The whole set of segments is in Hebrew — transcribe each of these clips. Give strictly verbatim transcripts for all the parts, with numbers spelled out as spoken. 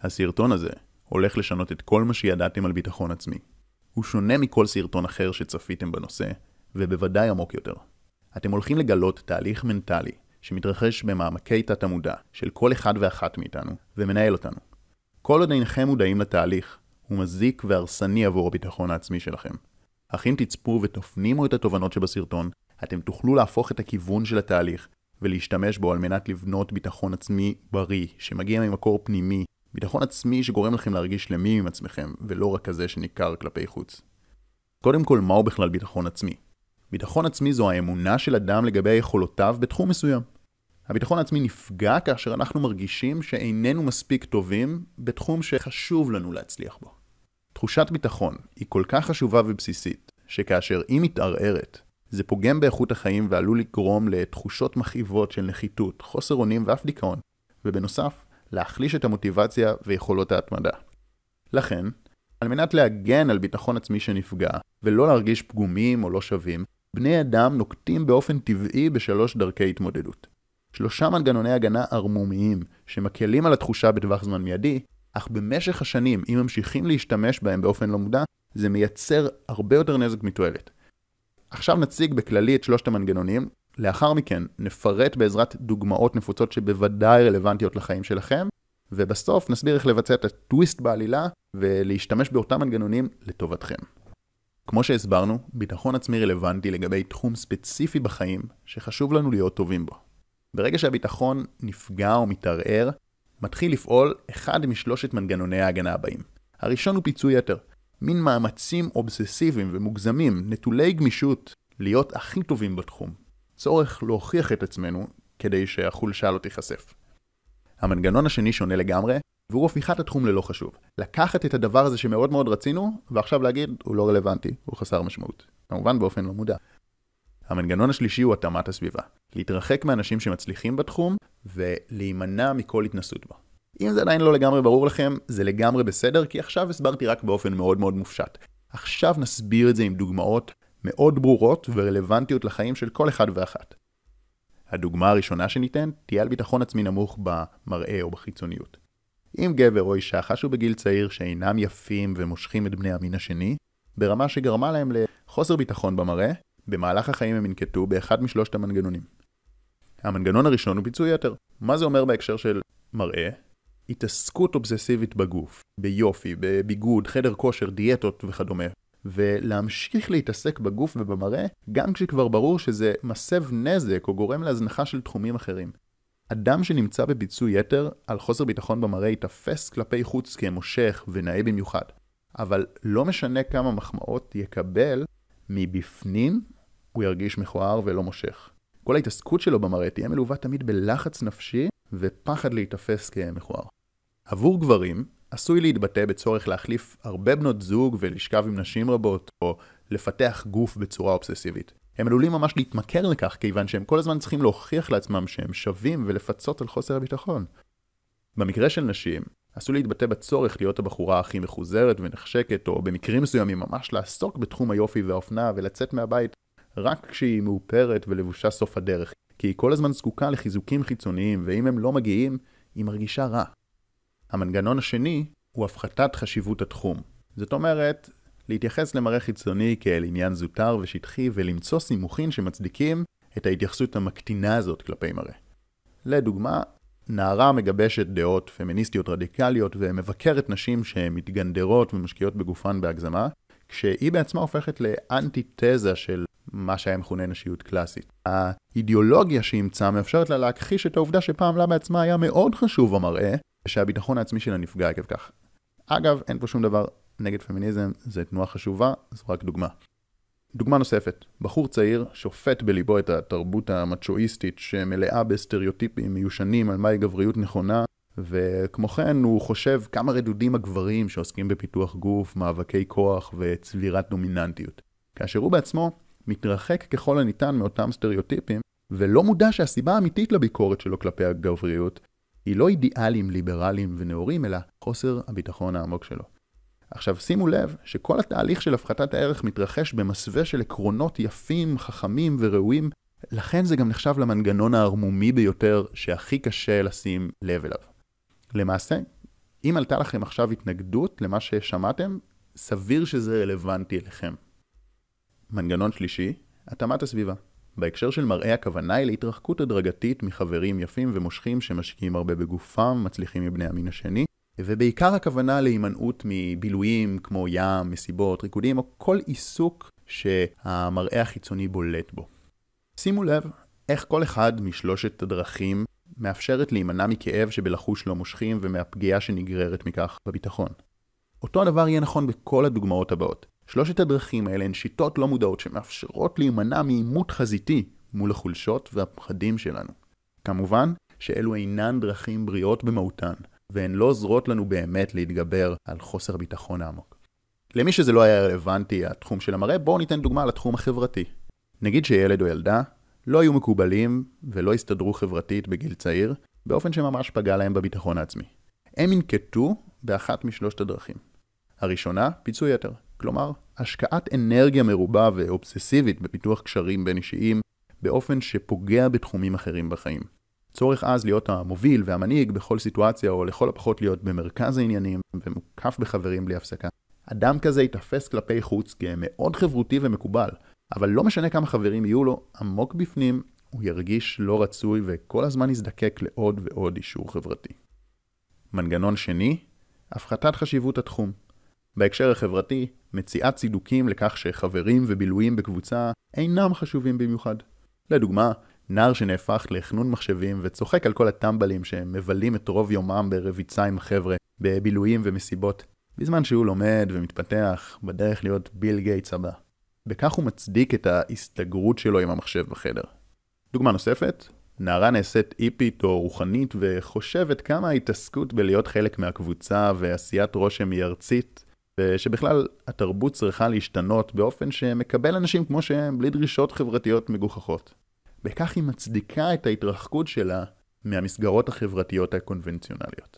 הסרטון הזה הולך לשנות את כל מה שידעתם על ביטחון עצמי. הוא שונה מכל סרטון אחר שצפיתם בנושא, ובוודאי עמוק יותר. אתם הולכים לגלות תהליך מנטלי שמתרחש במעמקי תת המודע של כל אחד ואחת מאיתנו, ומנהל אותנו. כל עוד אינכם מודעים לתהליך, הוא מזיק והרסני עבור הביטחון העצמי שלכם. אך אם תצפו ותופנימו את התובנות שבסרטון, אתם תוכלו להפוך את הכיוון של התהליך ולהשתמש בו על מנת לבנות ביטחון עצמי בריא, שמגיע ממקור פנימי, ביטחון עצמי שגורם לכם להרגיש שלמים עם עצמכם, ולא רק כזה שניכר כלפי חוץ. קודם כל, מהו בכלל ביטחון עצמי? ביטחון עצמי זו האמונה של אדם לגבי יכולותיו בתחום מסוים. הביטחון העצמי נפגע כאשר אנחנו מרגישים שאיננו מספיק טובים בתחום שחשוב לנו להצליח בו. תחושת ביטחון היא כל כך חשובה ובסיסית, שכאשר היא מתערערת, זה פוגם באיכות החיים ועלול לגרום לתחושות מכאיבות של נחיתות, חוסר אונים ואף דיכאון, ובנוסף, להחליש את המוטיבציה ויכולות ההתמדה. לכן, על מנת להגן על ביטחון עצמי שנפגע, ולא להרגיש פגומים או לא שווים, בני אדם נוקטים באופן טבעי בשלוש דרכי התמודדות. שלושה מנגנוני הגנה ערמומיים שמקלים על התחושה בטווח זמן מיידי, אך במשך השנים, אם ממשיכים להשתמש בהם באופן לא מודע, זה מייצר הרבה יותר נזק מתועלת. עכשיו נציג בכללי את שלושת המנגנונים, לאחר מכן נפרט בעזרת דוגמאות נפוצות שבוודאי רלוונטיות לחיים שלכם, ובסוף נסביר איך לבצע את הטוויסט בעלילה ולהשתמש באותם מנגנונים לטובתכם. כמו שהסברנו, ביטחון עצמי רלוונטי לגבי תחום ספציפי בחיים שחשוב לנו להיות טובים בו. ברגע שהביטחון נפגע או מתערער, מתחיל לפעול אחד משלושת מנגנוני ההגנה הבאים. הראשון הוא פיצוי יתר, מין מאמצים אובססיביים ומוגזמים, נטולי גמישות, להיות הכי טובים בתחום. צורך להוכיח את עצמנו כדי שהחולשה לא תיחשף. המנגנון השני שונה לגמרי, והוא הפיכת התחום ללא חשוב. לקחת את הדבר הזה שמאוד מאוד רצינו, ועכשיו להגיד, הוא לא רלוונטי, הוא חסר משמעות. כמובן באופן לא מודע. המנגנון השלישי הוא התאמת הסביבה. להתרחק מאנשים שמצליחים בתחום, ולהימנע מכל התנסות בו. אם זה עדיין לא לגמרי ברור לכם, זה לגמרי בסדר, כי עכשיו הסברתי רק באופן מאוד מאוד מופשט. עכשיו נסביר את זה עם דוגמאות מאוד ברורות ורלוונטיות לחיים של כל אחד ואחת. הדוגמה הראשונה שניתן תהיה על ביטחון עצמי נמוך במראה או בחיצוניות. אם גבר או אישה חשו בגיל צעיר שאינם יפים ומושכים את בני המין השני, ברמה שגרמה להם לחוסר ביטחון במראה, במהלך החיים הם ינקטו באחד משלושת המנגנונים. המנגנון הראשון הוא פיצוי יתר. מה זה אומר בהקשר של מראה? התעסקות אובססיבית בגוף, ביופי, בביגוד, חדר כושר, דיאטות וכדומה. ולהמשיך להתעסק בגוף ובמראה, גם כשכבר ברור שזה מסב נזק או גורם להזנחה של תחומים אחרים. אדם שנמצא בפיצוי יתר על חוסר ביטחון במראה יתפס כלפי חוץ כמושך ונאה במיוחד. אבל לא משנה כמה מחמאות יקבל, מבפנים הוא ירגיש מכוער ולא מושך. כל ההתעסקות שלו במראה תהיה מלווה תמיד בלחץ נפשי ופחד להתאפס כמכוער. עבור גברים עשוי להתבטא בצורך להחליף הרבה בנות זוג ולשכב עם נשים רבות, או לפתח גוף בצורה אובססיבית. הם עלולים ממש להתמכר לכך, כיוון שהם כל הזמן צריכים להוכיח לעצמם שהם שווים ולפצות על חוסר הביטחון. במקרה של נשים, עשוי להתבטא בצורך להיות הבחורה הכי מחוזרת ונחשקת, או במקרים מסוימים ממש לעסוק בתחום היופי והאופנה ולצאת מהבית רק כשהיא מאופרת ולבושה סוף הדרך, כי היא כל הזמן זקוקה לחיזוקים חיצוניים, ואם הם לא מגיעים, היא מרגישה רע. המנגנון השני הוא הפחתת חשיבות התחום. זאת אומרת, להתייחס למראה חיצוני כאל עניין זוטר ושטחי ולמצוא סימוכין שמצדיקים את ההתייחסות המקטינה הזאת כלפי מראה. לדוגמה, נערה מגבשת דעות פמיניסטיות רדיקליות ומבקרת נשים שמתגנדרות ומשקיעות בגופן בהגזמה, כשהיא בעצמה הופכת לאנטיתזה של מה שהיה מכונה נשיות קלאסית. האידיאולוגיה שהמצאה מאפשרת לה להכחיש את העובדה שפעם לה בעצמה היה מאוד חשוב המראה, ושהביטחון העצמי שלה נפגע עקב כך. אגב, אין פה שום דבר נגד פמיניזם, זו תנועה חשובה, זו רק דוגמה. דוגמה נוספת, בחור צעיר שופט בליבו את התרבות המצ'ואיסטית שמלאה בסטריאוטיפים מיושנים על מהי גבריות נכונה, וכמו כן הוא חושב כמה רדודים הגברים שעוסקים בפיתוח גוף, מאבקי כוח וצבירת דומיננטיות. כאשר הוא בעצמו מתרחק ככל הניתן מאותם סטריאוטיפים, ולא מודע שהסיבה האמיתית לביקורת שלו כלפי הגבריות היא לא אידיאלים, ליברליים ונאורים, אלא חוסר הביטחון העמוק שלו. עכשיו שימו לב שכל התהליך של הפחתת הערך מתרחש במסווה של עקרונות יפים, חכמים וראויים, לכן זה גם נחשב למנגנון הערמומי ביותר שהכי קשה לשים לב אליו. למעשה, אם עלתה לכם עכשיו התנגדות למה ששמעתם, סביר שזה רלוונטי אליכם. מנגנון שלישי, התאמת הסביבה. בהקשר של מראה הכוונה היא להתרחקות הדרגתית מחברים יפים ומושכים שמשקיעים הרבה בגופם, מצליחים מבני המין השני, ובעיקר הכוונה להימנעות מבילויים כמו ים, מסיבות, ריקודים או כל עיסוק שהמראה החיצוני בולט בו. שימו לב איך כל אחד משלושת הדרכים מאפשרת להימנע מכאב שבלחוש לא מושכים ומהפגיעה שנגררת מכך בביטחון. אותו הדבר יהיה נכון בכל הדוגמאות הבאות. שלושת הדרכים האלה הן שיטות לא מודעות שמאפשרות להימנע מעימות חזיתי מול החולשות והפחדים שלנו. כמובן שאלו אינן דרכים בריאות במהותן, והן לא עוזרות לנו באמת להתגבר על חוסר הביטחון העמוק. למי שזה לא היה רלוונטי התחום של המראה, בואו ניתן דוגמה לתחום החברתי. נגיד שילד או ילדה לא היו מקובלים ולא הסתדרו חברתית בגיל צעיר, באופן שממש פגע להם בביטחון העצמי. הם ינקטו באחת משלושת הדרכים. הראשונה, פיצוי יתר. כלומר, השקעת אנרגיה מרובה ואובססיבית בפיתוח קשרים בין אישיים, באופן שפוגע בתחומים אחרים בחיים. צורך אז להיות המוביל והמנהיג בכל סיטואציה, או לכל הפחות להיות במרכז העניינים ומוקף בחברים בלי הפסקה. אדם כזה יתפס כלפי חוץ כמאוד חברותי ומקובל, אבל לא משנה כמה חברים יהיו לו, עמוק בפנים הוא ירגיש לא רצוי וכל הזמן יזדקק לעוד ועוד אישור חברתי. מנגנון שני, הפחתת חשיבות התחום. בהקשר החברתי, מציאת צידוקים לכך שחברים ובילויים בקבוצה אינם חשובים במיוחד. לדוגמה, נער שנהפך לחנון מחשבים וצוחק על כל הטמבלים שמבלים את רוב יומם ברביצה עם החבר'ה, בבילויים ומסיבות, בזמן שהוא לומד ומתפתח בדרך להיות ביל גייטס הבא. בכך הוא מצדיק את ההסתגרות שלו עם המחשב בחדר. דוגמה נוספת, נערה נעשית איפית או רוחנית וחושבת כמה ההתעסקות בלהיות חלק מהקבוצה ועשיית רושם היא ארצית, ושבכלל התרבות צריכה להשתנות באופן שמקבל אנשים כמו שהם בלי דרישות חברתיות מגוחכות. בכך היא מצדיקה את ההתרחקות שלה מהמסגרות החברתיות הקונבנציונליות.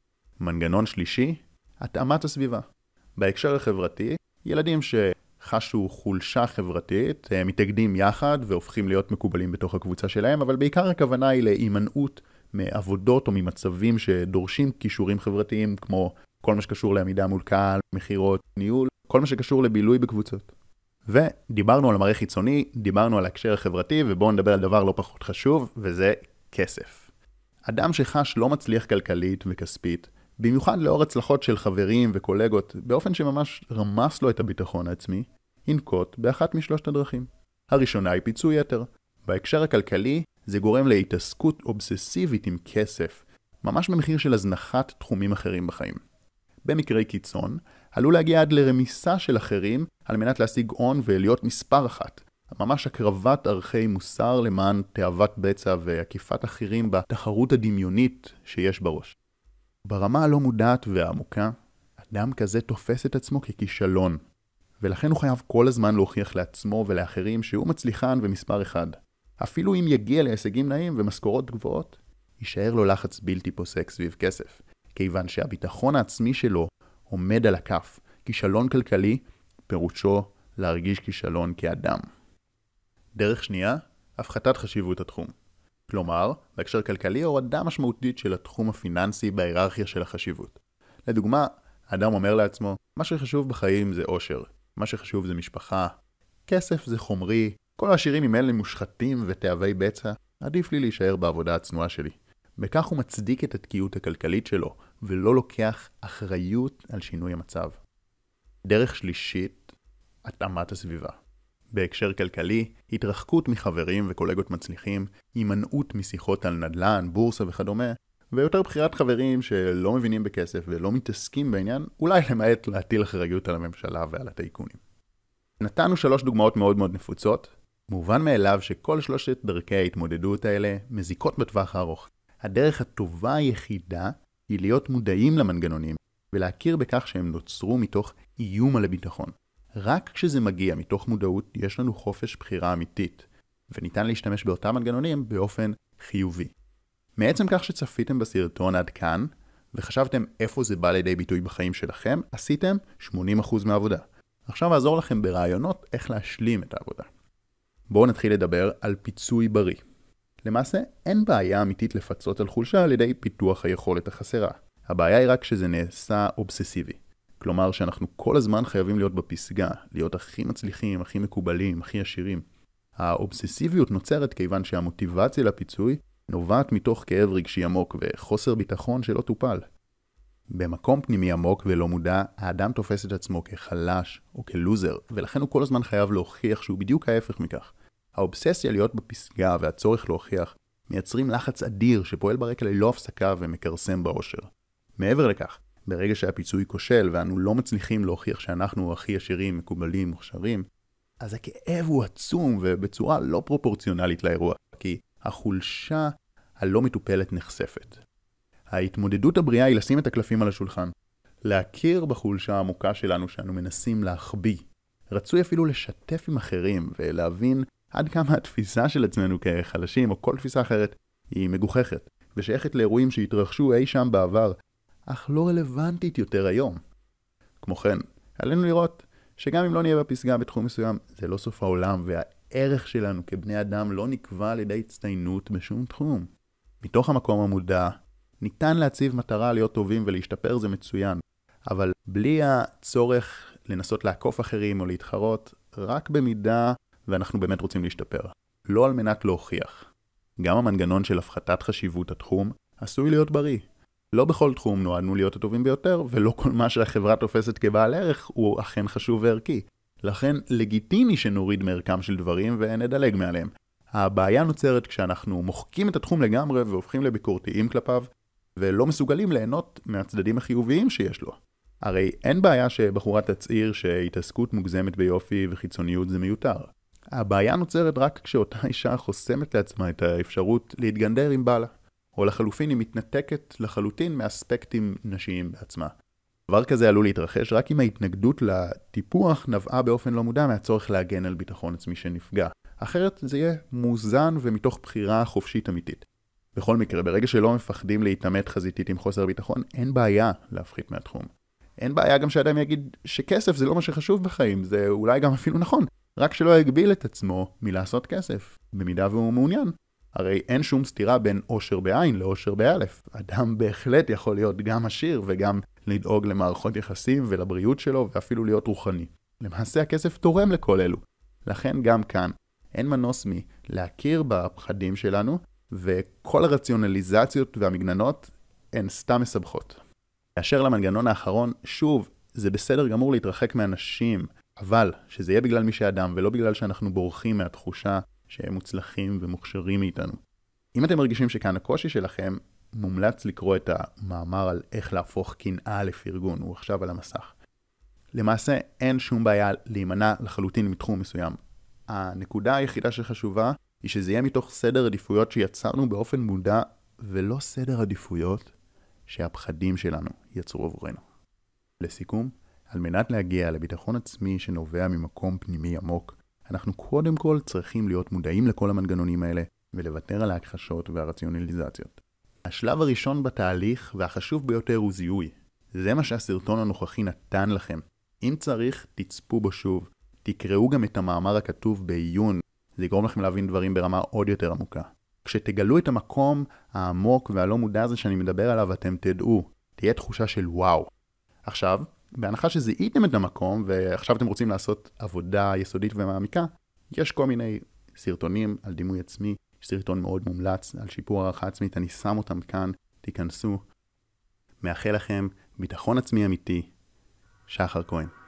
מנגנון שלישי, התאמת הסביבה. בהקשר החברתי, ילדים שחשו חולשה חברתית, הם מתאגדים יחד והופכים להיות מקובלים בתוך הקבוצה שלהם, אבל בעיקר הכוונה היא להימנעות מעבודות או ממצבים שדורשים כישורים חברתיים, כמו כל מה שקשור לעמידה מול קהל, מחירות, ניהול, כל מה שקשור לבילוי בקבוצות. ודיברנו על המראה חיצוני, דיברנו על ההקשר החברתי, ובואו נדבר על דבר לא פחות חשוב, וזה כסף. אדם שחש לא מצליח כלכלית וכספית, במיוחד לאור הצלחות של חברים וקולגות, באופן שממש רמס לו את הביטחון העצמי, ינקוט באחת משלושת הדרכים. הראשונה היא פיצוי יתר. בהקשר הכלכלי, זה גורם להתעסקות אובססיבית עם כסף, ממש במחיר של הזנחת תחומים אחרים בחיים. במקרי קיצון, עלול להגיע עד לרמיסה של אחרים על מנת להשיג הון ולהיות מספר אחת. ממש הקרבת ערכי מוסר למען תאוות בצע ועקיפת אחרים בתחרות הדמיונית שיש בראש. ברמה הלא מודעת והעמוקה, אדם כזה תופס את עצמו ככישלון, ולכן הוא חייב כל הזמן להוכיח לעצמו ולאחרים שהוא מצליחן ומספר אחד. אפילו אם יגיע להישגים נעים ומשכורות גבוהות, יישאר לו לחץ בלתי פוסק סביב כסף, כיוון שהביטחון העצמי שלו עומד על הכף. כישלון כלכלי פירושו להרגיש כישלון כאדם. דרך שנייה, הפחתת חשיבות התחום. כלומר, בהקשר כלכלי הורדה משמעותית של התחום הפיננסי בהיררכיה של החשיבות. לדוגמה, האדם אומר לעצמו, מה שחשוב בחיים זה אושר, מה שחשוב זה משפחה, כסף זה חומרי, כל העשירים עם אלה מושחתים ותאבי בצע, עדיף לי להישאר בעבודה הצנועה שלי. בכך הוא מצדיק את התקיעות הכלכלית שלו, ולא לוקח אחריות על שינוי המצב. דרך שלישית, התאמת הסביבה. בהקשר כלכלי, התרחקות מחברים וקולגות מצליחים, הימנעות משיחות על נדל"ן, בורסה וכדומה, ויותר בחירת חברים שלא מבינים בכסף ולא מתעסקים בעניין, אולי למעט להטיל אחריות על הממשלה ועל הטייקונים. נתנו שלוש דוגמאות מאוד מאוד נפוצות. מובן מאליו שכל שלושת דרכי ההתמודדות האלה מזיקות בטווח הארוך. הדרך הטובה היחידה היא להיות מודעים למנגנונים ולהכיר בכך שהם נוצרו מתוך איום על הביטחון. רק כשזה מגיע מתוך מודעות יש לנו חופש בחירה אמיתית, וניתן להשתמש באותם מנגנונים באופן חיובי. מעצם כך שצפיתם בסרטון עד כאן, וחשבתם איפה זה בא לידי ביטוי בחיים שלכם, עשיתם שמונים אחוז מהעבודה. עכשיו אעזור לכם ברעיונות איך להשלים את העבודה. בואו נתחיל לדבר על פיצוי בריא. למעשה, אין בעיה אמיתית לפצות על חולשה על ידי פיתוח היכולת החסרה. הבעיה היא רק שזה נעשה אובססיבי. כלומר שאנחנו כל הזמן חייבים להיות בפסגה, להיות הכי מצליחים, הכי מקובלים, הכי עשירים. האובססיביות נוצרת כיוון שהמוטיבציה לפיצוי נובעת מתוך כאב רגשי עמוק וחוסר ביטחון שלא טופל. במקום פנימי עמוק ולא מודע, האדם תופס את עצמו כחלש או כלוזר, ולכן הוא כל הזמן חייב להוכיח שהוא בדיוק ההפך מכך. האובססיה להיות בפסגה והצורך להוכיח מייצרים לחץ אדיר שפועל ברקע ללא הפסקה ומקרסם באושר. מעבר לכך, ברגע שהפיצוי כושל ואנו לא מצליחים להוכיח שאנחנו הכי עשירים, מקובלים, מוכשרים, אז הכאב הוא עצום ובצורה לא פרופורציונלית לאירוע, כי החולשה הלא מטופלת נחשפת. ההתמודדות הבריאה היא לשים את הקלפים על השולחן. להכיר בחולשה העמוקה שלנו שאנו מנסים להחביא. רצוי אפילו לשתף עם אחרים ולהבין עד כמה התפיסה של עצמנו כחלשים או כל תפיסה אחרת היא מגוחכת ושייכת לאירועים שהתרחשו אי שם בעבר, אך לא רלוונטית יותר היום. כמו כן, עלינו לראות שגם אם לא נהיה בפסגה בתחום מסוים, זה לא סוף העולם והערך שלנו כבני אדם לא נקבע על ידי הצטיינות בשום תחום. מתוך המקום המודע, ניתן להציב מטרה להיות טובים ולהשתפר, זה מצוין, אבל בלי הצורך לנסות לעקוף אחרים או להתחרות, רק במידה ואנחנו באמת רוצים להשתפר. לא על מנת להוכיח. גם המנגנון של הפחתת חשיבות התחום עשוי להיות בריא. לא בכל תחום נועדנו להיות הטובים ביותר, ולא כל מה שהחברה תופסת כבעל ערך הוא אכן חשוב וערכי. לכן לגיטימי שנוריד מערכם של דברים ונדלג מעליהם. הבעיה נוצרת כשאנחנו מוחקים את התחום לגמרי והופכים לביקורתיים כלפיו, ולא מסוגלים ליהנות מהצדדים החיוביים שיש לו. הרי אין בעיה שבחורה תצעיר שהתעסקות מוגזמת ביופי וחיצוניות זה מיותר. הבעיה נוצרת רק כשאותה אישה חוסמת לעצמה את האפשרות להתגנדר עם בעלה, או לחלופין היא מתנתקת לחלוטין מאספקטים נשיים בעצמה. דבר כזה עלול להתרחש רק אם ההתנגדות לטיפוח נבעה באופן לא מודע מהצורך להגן על ביטחון עצמי שנפגע. אחרת זה יהיה מוזן ומתוך בחירה חופשית אמיתית. בכל מקרה, ברגע שלא מפחדים להתעמת חזיתית עם חוסר ביטחון, אין בעיה להפחית מהתחום. אין בעיה גם שאדם יגיד שכסף זה לא מה שחשוב בחיים, זה אולי גם אפילו נכון, רק שלא יגביל את עצמו מלעשות כסף, במידה והוא מעוניין. הרי אין שום סתירה בין עושר בעין לעושר באלף. אדם בהחלט יכול להיות גם עשיר וגם לדאוג למערכות יחסים ולבריאות שלו ואפילו להיות רוחני. למעשה הכסף תורם לכל אלו. לכן גם כאן אין מנוס מלהכיר בפחדים שלנו, וכל הרציונליזציות והמגננות הן סתם מסבכות. כאשר למנגנון האחרון, שוב, זה בסדר גמור להתרחק מאנשים, אבל שזה יהיה בגלל מי שאדם ולא בגלל שאנחנו בורחים מהתחושה שהם מוצלחים ומוכשרים מאיתנו. אם אתם מרגישים שכאן הקושי שלכם, מומלץ לקרוא את המאמר על איך להפוך קנאה לפרגון, הוא עכשיו על המסך. למעשה אין שום בעיה להימנע לחלוטין מתחום מסוים. הנקודה היחידה שחשובה היא שזה יהיה מתוך סדר עדיפויות שיצרנו באופן מודע, ולא סדר עדיפויות שהפחדים שלנו יצרו עבורנו. לסיכום, על מנת להגיע לביטחון עצמי שנובע ממקום פנימי עמוק, אנחנו קודם כל צריכים להיות מודעים לכל המנגנונים האלה, ולוותר על ההכחשות והרציונליזציות. השלב הראשון בתהליך והחשוב ביותר הוא זיהוי. זה מה שהסרטון הנוכחי נתן לכם. אם צריך, תצפו בו שוב. תקראו גם את המאמר הכתוב בעיון. זה יגרום לכם להבין דברים ברמה עוד יותר עמוקה. כשתגלו את המקום העמוק והלא מודע הזה שאני מדבר עליו, אתם תדעו. תהיה תחושה של וואו. עכשיו, בהנחה שזיהיתם את המקום ועכשיו אתם רוצים לעשות עבודה יסודית ומעמיקה, יש כל מיני סרטונים על דימוי עצמי, יש סרטון מאוד מומלץ על שיפור הערכה עצמית, אני שם אותם כאן, תיכנסו. מאחל לכם ביטחון עצמי אמיתי. שחר כהן.